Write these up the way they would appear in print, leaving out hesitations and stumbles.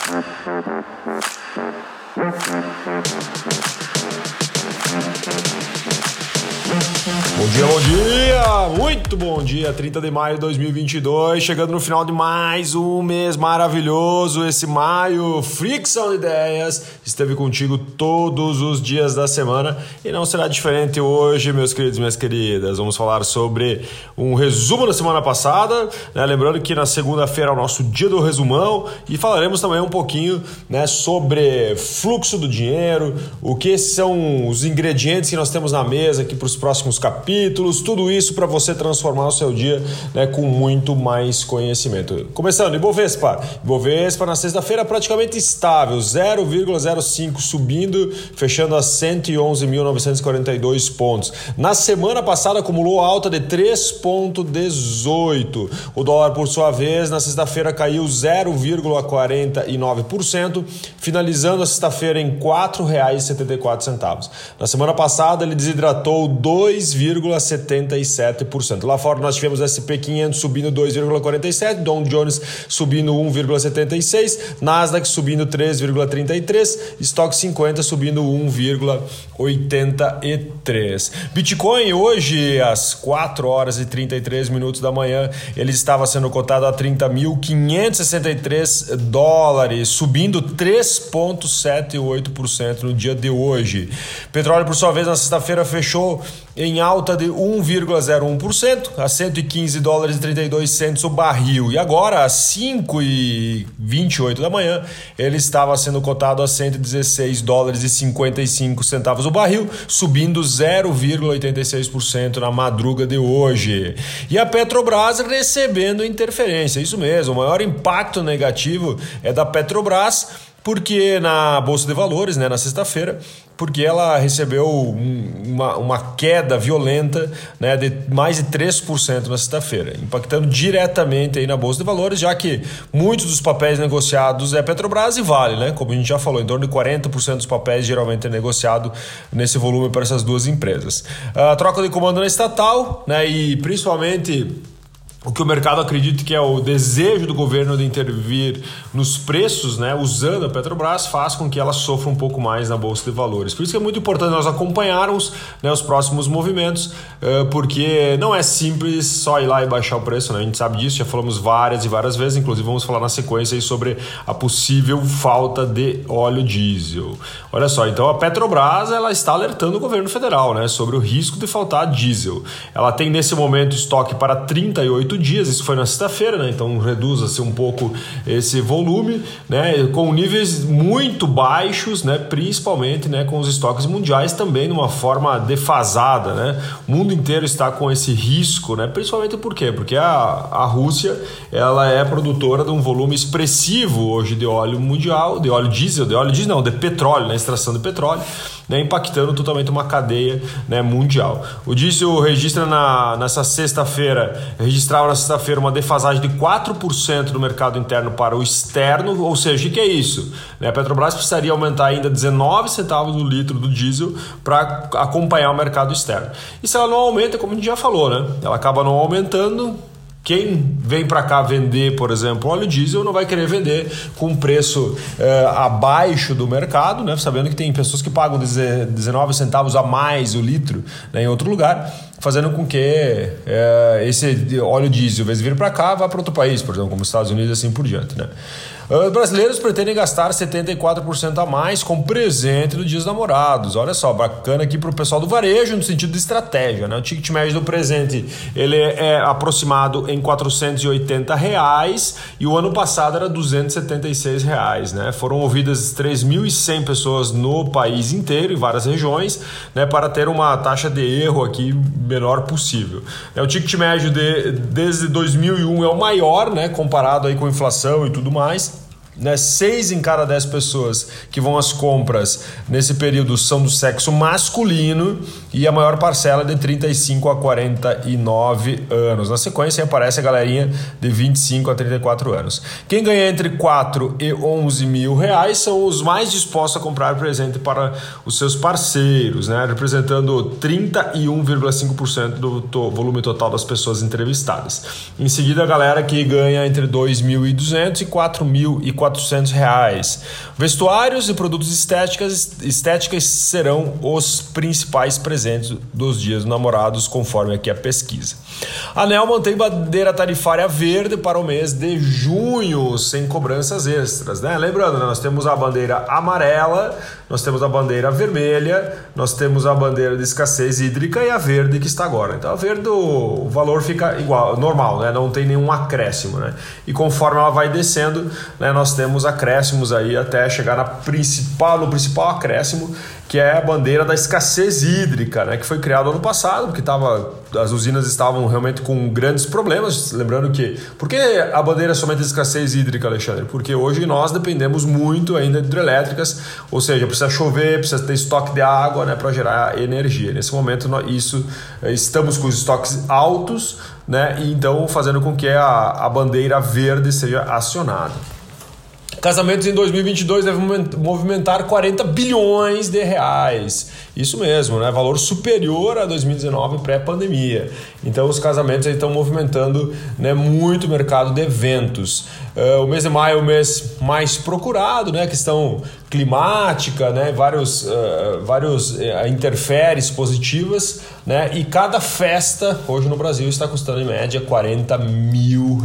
Bom dia, muito bom dia, 30 de maio de 2022, chegando no final de mais um mês maravilhoso, esse maio, Fricção de Ideias, esteve contigo todos os dias da semana e não será diferente hoje, meus queridos e minhas queridas. Vamos falar sobre um resumo da semana passada, né? Lembrando que na segunda-feira é o nosso dia do resumão e falaremos também um pouquinho, né, sobre fluxo do dinheiro, o que são os ingredientes que nós temos na mesa aqui para os próximos capítulos, tudo isso para você transformar o seu dia, né, com muito mais conhecimento. Começando, Ibovespa na sexta-feira praticamente estável, 0,05 subindo, fechando a 111.942 pontos. Na semana passada acumulou alta de 3,18. O dólar, por sua vez, na sexta-feira caiu 0,49%, finalizando a sexta-feira em R$ 4,74. Na semana passada ele desidratou 2,77%. Lá fora nós tivemos S&P 500 subindo 2,47%, Dow Jones subindo 1,76%, Nasdaq subindo 3,33%, Stock 50 subindo 1,83%. Bitcoin hoje às 4 horas e 33 minutos da manhã, ele estava sendo cotado a $30.563, subindo 3,78% no dia de hoje. Petróleo, por sua vez, na sexta-feira fechou em alta de 1,01%, a $115,32 o barril. E agora, às 5h28 da manhã, ele estava sendo cotado a $116,55 o barril, subindo 0,86% na madruga de hoje. E a Petrobras recebendo interferência, isso mesmo, o maior impacto negativo é da Petrobras, porque na Bolsa de Valores, né, na sexta-feira, porque ela recebeu uma queda violenta, né, de mais de 3% na sexta-feira, impactando diretamente aí na Bolsa de Valores, já que muitos dos papéis negociados é Petrobras e Vale, né, como a gente já falou, em torno de 40% dos papéis geralmente é negociado nesse volume para essas duas empresas. A troca de comando na estatal, né, e principalmente o que o mercado acredita que é o desejo do governo de intervir nos preços, né, usando a Petrobras, faz com que ela sofra um pouco mais na Bolsa de Valores. Por isso que é muito importante nós acompanharmos, né, os próximos movimentos, porque não é simples só ir lá e baixar o preço, né? A gente sabe disso, já falamos várias e várias vezes, inclusive vamos falar na sequência aí sobre a possível falta de óleo diesel. Olha só, então a Petrobras ela está alertando o governo federal, né, sobre o risco de faltar diesel. Ela tem nesse momento estoque para 38 dias, isso foi na sexta-feira, né? Então reduz-se um pouco esse volume, né? Com níveis muito baixos, né? Principalmente, né, com os estoques mundiais também de uma forma defasada, né? O mundo inteiro está com esse risco, né? Principalmente por quê? Porque a Rússia ela é produtora de um volume expressivo hoje de óleo mundial, de óleo diesel não, de petróleo, né? Extração de petróleo, né? Impactando totalmente uma cadeia, né, mundial. O diesel registrava na sexta-feira uma defasagem de 4% do mercado interno para o externo, ou seja, o que é isso? A Petrobras precisaria aumentar ainda 19 centavos no litro do diesel para acompanhar o mercado externo. E se ela não aumenta, como a gente já falou, né? Ela acaba não aumentando. Quem vem para cá vender, por exemplo, óleo diesel não vai querer vender com preço abaixo do mercado, né? Sabendo que tem pessoas que pagam 19 centavos a mais o litro, né, em outro lugar, fazendo com que esse óleo diesel, ao invés de vir para cá, vá para outro país, por exemplo, como os Estados Unidos e assim por diante, né? Os brasileiros pretendem gastar 74% a mais com presente no Dia dos Namorados. Olha só, bacana aqui para o pessoal do varejo no sentido de estratégia, né? O ticket médio do presente ele é aproximado em R$480 e o ano passado era R$276, né? Foram ouvidas 3.100 pessoas no país inteiro, em várias regiões, né, para ter uma taxa de erro aqui menor possível. O ticket médio desde 2001 é o maior, né, comparado aí com a inflação e tudo mais. 6 em cada 10 pessoas que vão às compras nesse período são do sexo masculino e a maior parcela é de 35 a 49 anos. Na sequência aparece a galerinha de 25 a 34 anos. Quem ganha entre 4 e 11 mil reais são os mais dispostos a comprar presente para os seus parceiros, né? Representando 31,5% do volume total das pessoas entrevistadas. Em seguida, a galera que ganha entre 2.200 e 4.400 R$400. Vestuários e produtos estéticas serão os principais presentes dos dias dos namorados, conforme aqui a pesquisa. A ANEEL mantém bandeira tarifária verde para o mês de junho, sem cobranças extras, né? Lembrando, né, nós temos a bandeira amarela, nós temos a bandeira vermelha, nós temos a bandeira de escassez hídrica e a verde que está agora. Então a verde o valor fica igual, normal, né? Não tem nenhum acréscimo, né? E conforme ela vai descendo, né, nós temos acréscimos aí até chegar no principal acréscimo, que é a bandeira da escassez hídrica, né, que foi criada ano passado, porque as usinas estavam realmente com grandes problemas. Lembrando que... Por que a bandeira é somente de escassez hídrica, Alexandre? Porque hoje nós dependemos muito ainda de hidrelétricas, ou seja, precisa chover, precisa ter estoque de água, né, para gerar energia. Nesse momento, estamos com os estoques altos, né, e então fazendo com que a bandeira verde seja acionada. Casamentos em 2022 devem movimentar 40 bilhões de reais. Isso mesmo, né? Valor superior a 2019 pré-pandemia. Então os casamentos aí estão movimentando, né, muito o mercado de eventos. O mês de maio é o mês mais procurado, né? Questão climática, né? Vários interferes positivas, né? E cada festa hoje no Brasil está custando em média R$40 mil.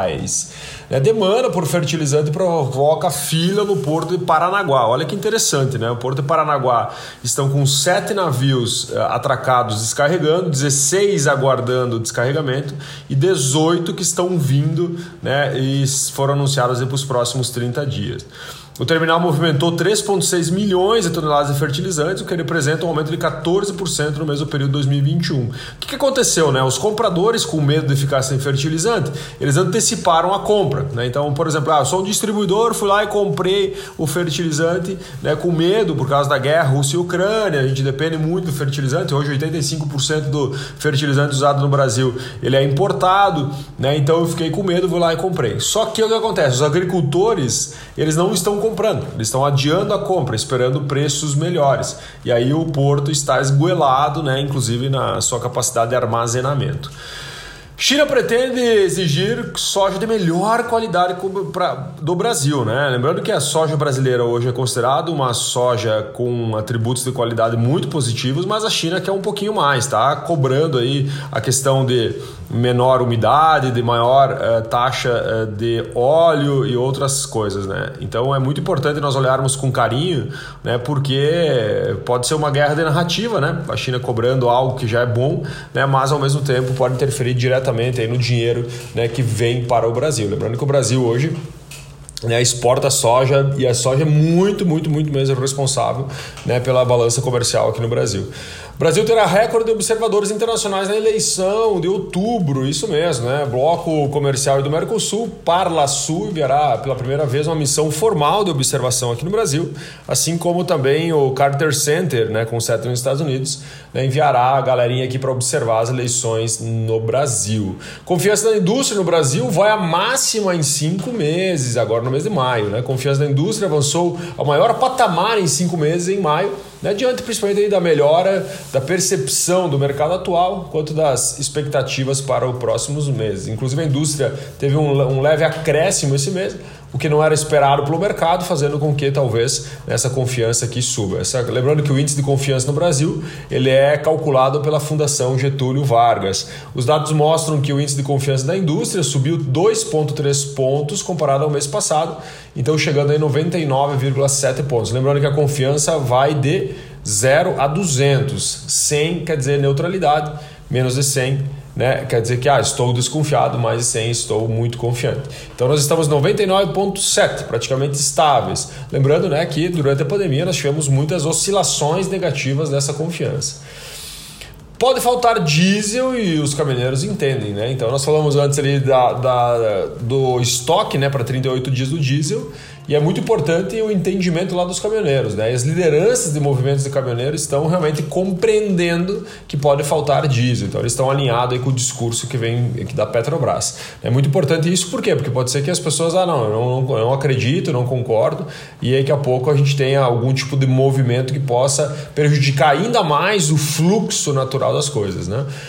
A demanda por fertilizante provoca fila no Porto de Paranaguá. Olha que interessante, né? O Porto de Paranaguá estão com 7 navios atracados descarregando, 16 aguardando descarregamento e 18 que estão vindo, né, e foram anunciados para os próximos 30 dias. O terminal movimentou 3,6 milhões de toneladas de fertilizantes, o que representa um aumento de 14% no mesmo período de 2021. O que aconteceu, né? Os compradores, com medo de ficar sem fertilizante, eles anteciparam a compra, né? Então, por exemplo, eu sou um distribuidor, fui lá e comprei o fertilizante, né, com medo por causa da guerra Rússia e Ucrânia. A gente depende muito do fertilizante. Hoje 85% do fertilizante usado no Brasil ele é importado, né? Então eu fiquei com medo, fui lá e comprei. Só que o que acontece? Os agricultores, eles não estão comprando, eles estão adiando a compra, esperando preços melhores. E aí o porto está esgoelado, né, inclusive na sua capacidade de armazenamento. China pretende exigir soja de melhor qualidade do Brasil, né? Lembrando que a soja brasileira hoje é considerada uma soja com atributos de qualidade muito positivos, mas a China quer um pouquinho mais, tá? Cobrando aí a questão de menor umidade, de maior taxa de óleo e outras coisas, né? Então é muito importante nós olharmos com carinho, né? Porque pode ser uma guerra de narrativa, né? A China cobrando algo que já é bom, né? Mas ao mesmo tempo pode interferir diretamente aí no dinheiro, né, que vem para o Brasil. Lembrando que o Brasil hoje, né, exporta soja, e a soja é muito mesmo responsável, né, pela balança comercial aqui no Brasil. O Brasil terá recorde de observadores internacionais na eleição de outubro, isso mesmo, né? Bloco Comercial do Mercosul, Parlasul, enviará pela primeira vez uma missão formal de observação aqui no Brasil, assim como também o Carter Center, né, com sede nos Estados Unidos, né, enviará a galerinha aqui para observar as eleições no Brasil. Confiança da indústria no Brasil vai à máxima em 5 meses, agora no mês de maio, né? Confiança da indústria avançou ao maior patamar em 5 meses em maio, né, diante principalmente aí da melhora da percepção do mercado atual quanto das expectativas para os próximos meses. Inclusive a indústria teve um leve acréscimo esse mês, o que não era esperado pelo mercado, fazendo com que talvez essa confiança aqui suba. Lembrando que o índice de confiança no Brasil ele é calculado pela Fundação Getúlio Vargas. Os dados mostram que o índice de confiança da indústria subiu 2,3 pontos comparado ao mês passado, então chegando em 99,7 pontos. Lembrando que a confiança vai de 0 a 200. 100 quer dizer neutralidade, menos de 100, né, quer dizer que estou desconfiado, mais de 100 estou muito confiante. Então nós estamos 99,7, praticamente estáveis. Lembrando, né, que durante a pandemia nós tivemos muitas oscilações negativas dessa confiança. Pode faltar diesel e os caminhoneiros entendem, né? Então nós falamos antes ali do estoque, né, para 38 dias do diesel, e é muito importante o entendimento lá dos caminhoneiros, né? E as lideranças de movimentos de caminhoneiros estão realmente compreendendo que pode faltar diesel, então eles estão alinhados aí com o discurso que vem aqui da Petrobras. É muito importante isso, por quê? Porque pode ser que as pessoas, eu não acredito, não concordo, e aí daqui a pouco a gente tenha algum tipo de movimento que possa prejudicar ainda mais o fluxo natural das coisas, né?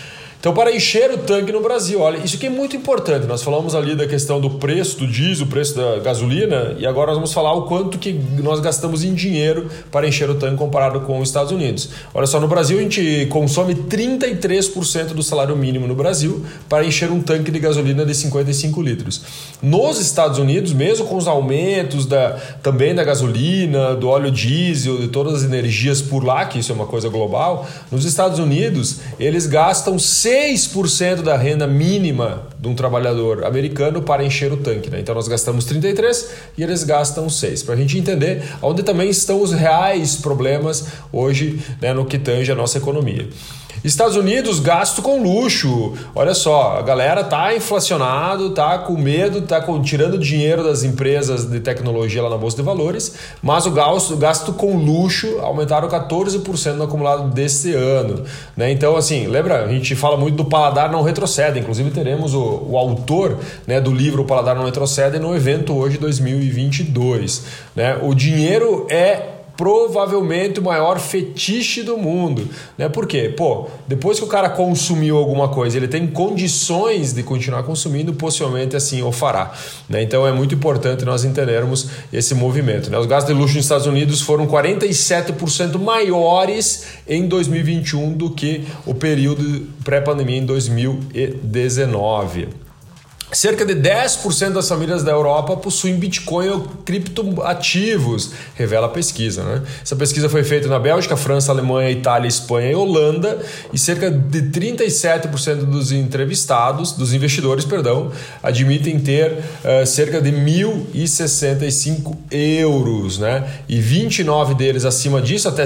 Então, para encher o tanque no Brasil, olha, isso aqui é muito importante. Nós falamos ali da questão do preço do diesel, o preço da gasolina, e agora nós vamos falar o quanto que nós gastamos em dinheiro para encher o tanque comparado com os Estados Unidos. Olha só, no Brasil a gente consome 33% do salário mínimo no Brasil para encher um tanque de gasolina de 55 litros. Nos Estados Unidos, mesmo com os aumentos também da gasolina, do óleo diesel, de todas as energias por lá, que isso é uma coisa global, nos Estados Unidos eles gastam 6% da renda mínima de um trabalhador americano para encher o tanque, né? Então nós gastamos 33% e eles gastam 6%. Para a gente entender onde também estão os reais problemas hoje, né, no que tange a nossa economia. Estados Unidos, gasto com luxo. Olha só, a galera tá inflacionado, tá com medo, tá tirando dinheiro das empresas de tecnologia lá na Bolsa de Valores, mas o gasto com luxo aumentaram 14% no acumulado desse ano, né? Então, assim, lembra, a gente fala muito do Paladar Não Retrocede, inclusive teremos o autor, né, do livro O Paladar Não Retrocede no evento hoje 2022, né? O dinheiro é provavelmente o maior fetiche do mundo, né? Por quê? Depois que o cara consumiu alguma coisa, ele tem condições de continuar consumindo, possivelmente assim o fará, né? Então é muito importante nós entendermos esse movimento, né? Os gastos de luxo nos Estados Unidos foram 47% maiores em 2021 do que o período pré-pandemia em 2019. Cerca de 10% das famílias da Europa possuem Bitcoin ou criptoativos, revela a pesquisa, né? Essa pesquisa foi feita na Bélgica, França, Alemanha, Itália, Espanha e Holanda, e cerca de 37% dos investidores, admitem ter cerca de 1.065 euros, né? E 29 deles acima disso, até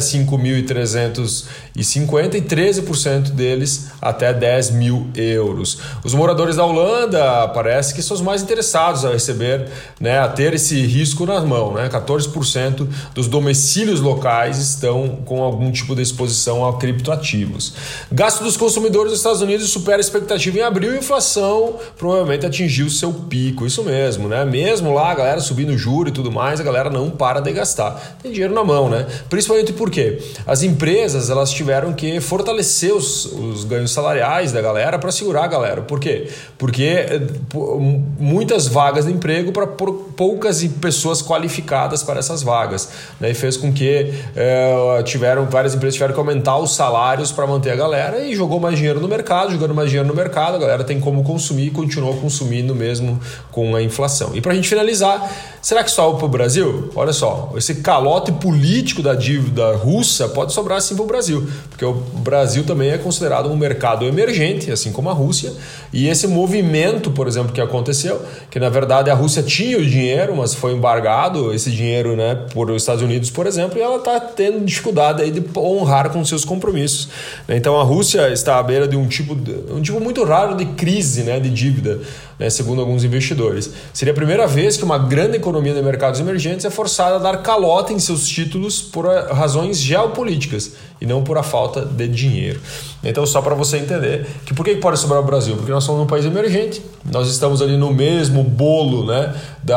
5.350, e 13% deles até 10 mil euros. Os moradores da Holanda parece que são os mais interessados a receber, né, a ter esse risco na mão, né? 14% dos domicílios locais estão com algum tipo de exposição a criptoativos. Gasto dos consumidores dos Estados Unidos supera a expectativa em abril e a inflação provavelmente atingiu seu pico. Isso mesmo, né? Mesmo lá a galera subindo juro e tudo mais, a galera não para de gastar. Tem dinheiro na mão, né? Principalmente porque as empresas elas tiveram que fortalecer os ganhos salariais da galera para segurar a galera. Por quê? Porque muitas vagas de emprego para poucas pessoas qualificadas para essas vagas, né? E fez com que várias empresas tiveram que aumentar os salários para manter a galera e jogando mais dinheiro no mercado, a galera tem como consumir e continuou consumindo mesmo com a inflação. E para a gente finalizar, será que só para o Brasil? Olha só, esse calote político da dívida russa pode sobrar sim para o Brasil, porque o Brasil também é considerado um mercado emergente, assim como a Rússia, e esse movimento, por exemplo, que aconteceu, que na verdade a Rússia tinha o dinheiro, mas foi embargado esse dinheiro, né, por os Estados Unidos, por exemplo, e ela está tendo dificuldade aí de honrar com seus compromissos. Então a Rússia está à beira de um tipo muito raro de crise, né, de dívida, né, segundo alguns investidores. Seria a primeira vez que uma grande economia de mercados emergentes é forçada a dar calote em seus títulos por razões geopolíticas e não por a falta de dinheiro. Então, só para você entender que por que pode sobrar o Brasil? Porque nós somos um país emergente, nós estamos ali no mesmo bolo, né,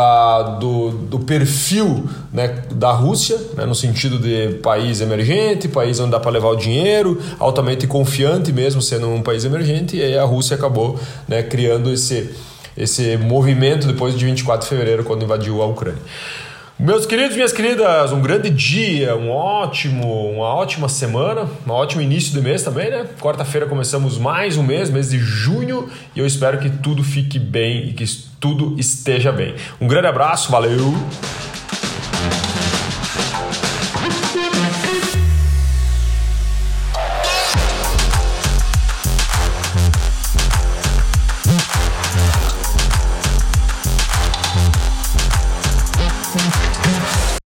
do perfil, né, da Rússia, né, no sentido de país emergente, país onde dá para levar o dinheiro, altamente confiante mesmo sendo um país emergente, e aí a Rússia acabou, né, criando esse movimento depois de 24 de fevereiro, quando invadiu a Ucrânia. Meus queridos, minhas queridas, um grande dia, uma ótima semana, um ótimo início de mês também, né? Quarta-feira começamos mais um mês de junho, e eu espero que tudo fique bem e que tudo esteja bem. Um grande abraço, valeu!